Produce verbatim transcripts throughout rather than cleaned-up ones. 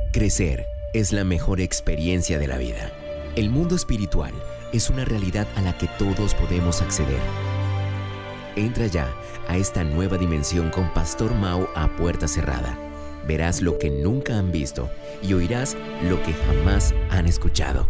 Crecer es la mejor experiencia de la vida. El mundo espiritual es una realidad a la que todos podemos acceder. Entra ya a esta nueva dimensión con Pastor Mau a puerta cerrada. Verás lo que nunca han visto y oirás lo que jamás han escuchado.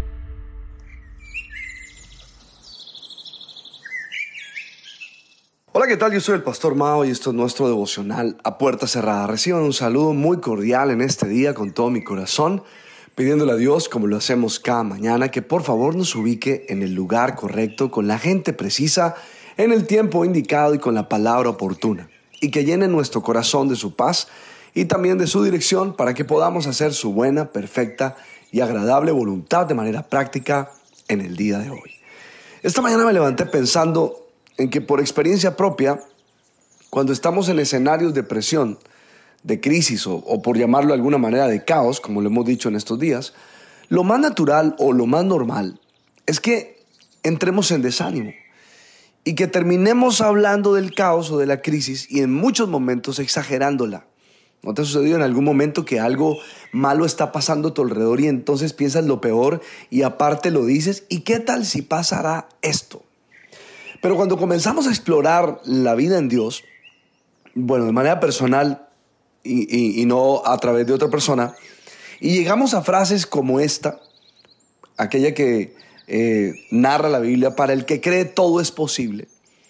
Hola, ¿qué tal? Yo soy el Pastor Mau y esto es nuestro devocional a puerta cerrada. Reciban un saludo muy cordial en este día con todo mi corazón, pidiéndole a Dios, como lo hacemos cada mañana, que por favor nos ubique en el lugar correcto, con la gente precisa, en el tiempo indicado y con la palabra oportuna, y que llene nuestro corazón de su paz y también de su dirección para que podamos hacer su buena, perfecta y agradable voluntad de manera práctica en el día de hoy. Esta mañana me levanté pensando en que por experiencia propia, cuando estamos en escenarios de presión, de crisis o, o por llamarlo de alguna manera de caos, como lo hemos dicho en estos días, lo más natural o lo más normal es que entremos en desánimo y que terminemos hablando del caos o de la crisis y en muchos momentos exagerándola. ¿No te ha sucedido en algún momento que algo malo está pasando a tu alrededor y entonces piensas lo peor y aparte lo dices? ¿Y qué tal si pasará esto? Pero cuando comenzamos a explorar la vida en Dios, bueno, de manera personal y, y, y no a través de otra persona, y llegamos a frases como esta, aquella que eh, narra la Biblia: para el que cree todo es posible.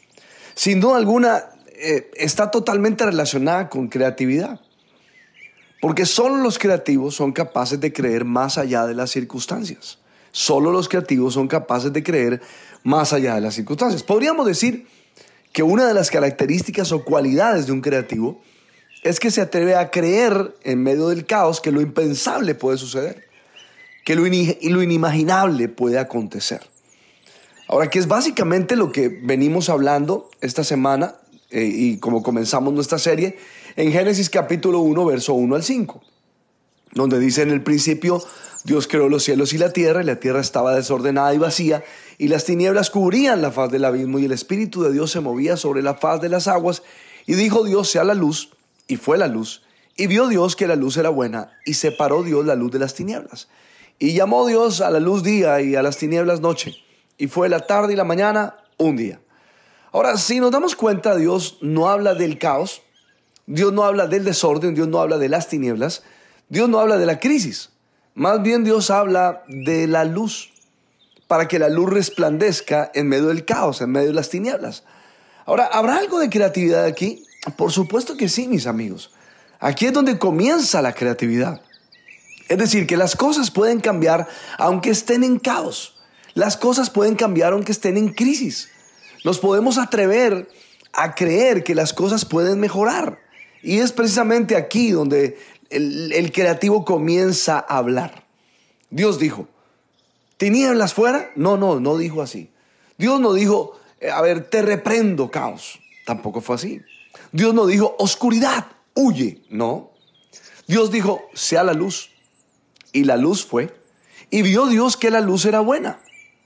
Sin duda alguna, eh, está totalmente relacionada con creatividad, porque solo los creativos son capaces de creer más allá de las circunstancias. Solo los creativos son capaces de creer más allá de las circunstancias. Podríamos decir que una de las características o cualidades de un creativo es que se atreve a creer en medio del caos que lo impensable puede suceder, que lo, in- lo inimaginable puede acontecer. Ahora, que es básicamente lo que venimos hablando esta semana eh, y como comenzamos nuestra serie en Génesis capítulo uno, verso uno al cinco, donde dice: en el principio Dios creó los cielos y la tierra, y la tierra estaba desordenada y vacía, y las tinieblas cubrían la faz del abismo, y el Espíritu de Dios se movía sobre la faz de las aguas. Y dijo Dios: sea la luz, y fue la luz. Y vio Dios que la luz era buena, y separó Dios la luz de las tinieblas. Y llamó Dios a la luz día, y a las tinieblas noche. Y fue la tarde y la mañana un día. Ahora, si nos damos cuenta, Dios no habla del caos, Dios no habla del desorden, Dios no habla de las tinieblas, Dios no habla de la crisis. Más bien Dios habla de la luz, para que la luz resplandezca en medio del caos, en medio de las tinieblas. Ahora, ¿habrá algo de creatividad aquí? Por supuesto que sí, mis amigos. Aquí es donde comienza la creatividad. Es decir, que las cosas pueden cambiar aunque estén en caos. Las cosas pueden cambiar aunque estén en crisis. Nos podemos atrever a creer que las cosas pueden mejorar. Y es precisamente aquí donde el, el creativo comienza a hablar. Dios dijo: ¿tinieblas fuera? No, no, no dijo así. Dios no dijo: a ver, te reprendo, caos. Tampoco fue así. Dios no dijo: oscuridad, huye. No. Dios dijo: sea la luz. Y la luz fue. Y vio Dios que la luz era buena.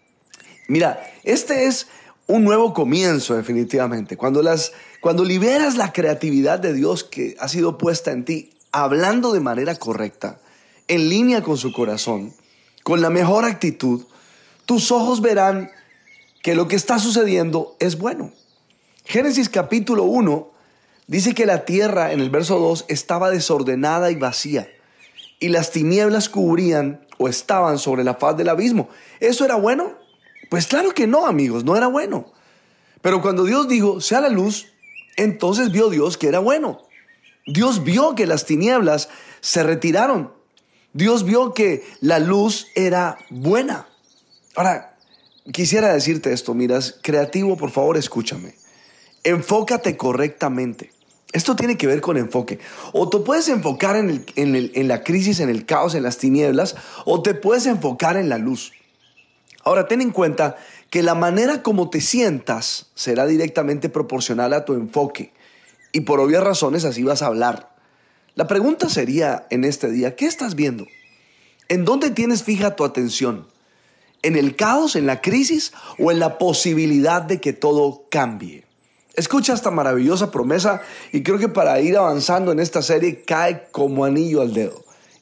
Mira, este es un nuevo comienzo definitivamente. Cuando, las, cuando liberas la creatividad de Dios que ha sido puesta en ti, hablando de manera correcta, en línea con su corazón, con la mejor actitud, tus ojos verán que lo que está sucediendo es bueno. Génesis capítulo uno dice que la tierra, en el verso dos, estaba desordenada y vacía, y las tinieblas cubrían o estaban sobre la faz del abismo. ¿Eso era bueno? Pues claro que no, amigos, no era bueno. Pero cuando Dios dijo: sea la luz, entonces vio Dios que era bueno. Dios vio que las tinieblas se retiraron. Dios vio que la luz era buena. Ahora, quisiera decirte esto, miras, creativo, por favor, escúchame. Enfócate correctamente. Esto tiene que ver con enfoque. O te puedes enfocar en, el, en, el, en la crisis, en el caos, en las tinieblas, o te puedes enfocar en la luz. Ahora, ten en cuenta que la manera como te sientas será directamente proporcional a tu enfoque. Y por obvias razones así vas a hablar. La pregunta sería en este día: ¿qué estás viendo? ¿En dónde tienes fija tu atención? ¿En el caos, en la crisis o en la posibilidad de que todo cambie? Escucha esta maravillosa promesa y creo que para ir avanzando en esta serie cae como anillo al dedo.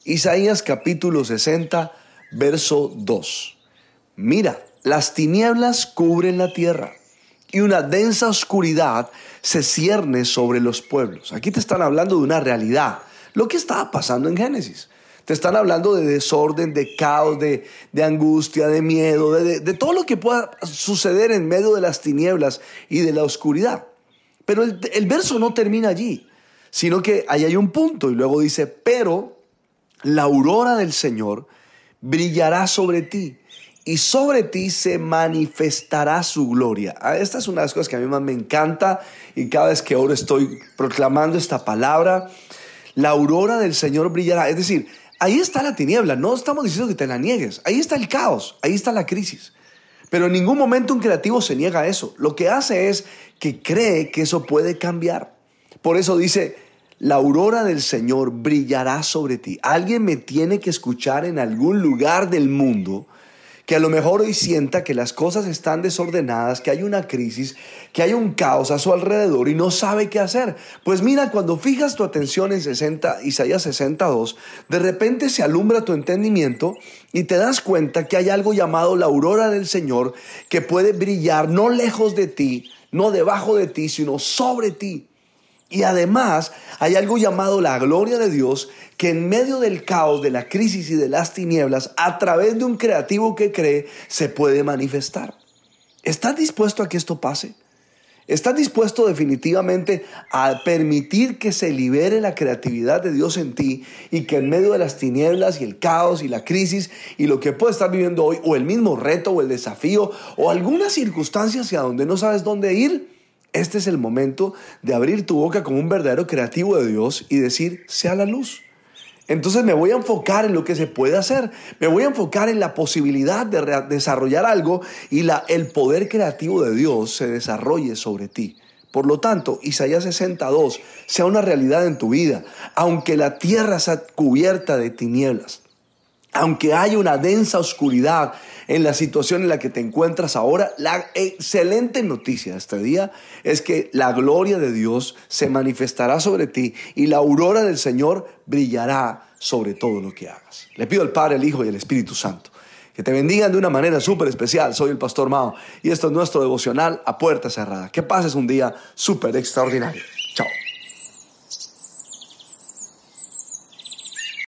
Isaías capítulo sesenta, verso dos. Mira, las tinieblas cubren la tierra y una densa oscuridad se cierne sobre los pueblos. Aquí te están hablando de una realidad, lo que estaba pasando en Génesis. Te están hablando de desorden, de caos, de, de angustia, de miedo, de, de, de todo lo que pueda suceder en medio de las tinieblas y de la oscuridad. Pero el, el verso no termina allí, sino que ahí hay un punto y luego dice, pero la aurora del Señor brillará sobre ti y sobre ti se manifestará su gloria. Esta es una de las cosas que a mí más me encanta y cada vez que ahora estoy proclamando esta palabra, la aurora del Señor brillará. Es decir, ahí está la tiniebla, no estamos diciendo que te la niegues, ahí está el caos, ahí está la crisis. Pero en ningún momento un creativo se niega a eso. Lo que hace es que cree que eso puede cambiar. Por eso dice, la aurora del Señor brillará sobre ti. Alguien me tiene que escuchar en algún lugar del mundo que a lo mejor hoy sienta que las cosas están desordenadas, que hay una crisis, que hay un caos a su alrededor y no sabe qué hacer. Pues mira, cuando fijas tu atención en sesenta, Isaías sesenta y dos, de repente se alumbra tu entendimiento y te das cuenta que hay algo llamado la aurora del Señor que puede brillar no lejos de ti, no debajo de ti, sino sobre ti. Y además hay algo llamado la gloria de Dios que en medio del caos, de la crisis y de las tinieblas, a través de un creativo que cree, se puede manifestar. ¿Estás dispuesto a que esto pase? ¿Estás dispuesto definitivamente a permitir que se libere la creatividad de Dios en ti y que en medio de las tinieblas y el caos y la crisis y lo que puedes estar viviendo hoy, o el mismo reto o el desafío o alguna circunstancia hacia donde no sabes dónde ir, este es el momento de abrir tu boca como un verdadero creativo de Dios y decir, sea la luz? Entonces me voy a enfocar en lo que se puede hacer. Me voy a enfocar en la posibilidad de re- desarrollar algo y la, el poder creativo de Dios se desarrolle sobre ti. Por lo tanto, Isaías sesenta y dos sea una realidad en tu vida. Aunque la tierra sea cubierta de tinieblas, aunque haya una densa oscuridad en la situación en la que te encuentras ahora, la excelente noticia de este día es que la gloria de Dios se manifestará sobre ti y la aurora del Señor brillará sobre todo lo que hagas. Le pido al Padre, al Hijo y al Espíritu Santo que te bendigan de una manera súper especial. Soy el Pastor Mao y esto es nuestro devocional a puerta cerrada. Que pases un día súper extraordinario. Chao.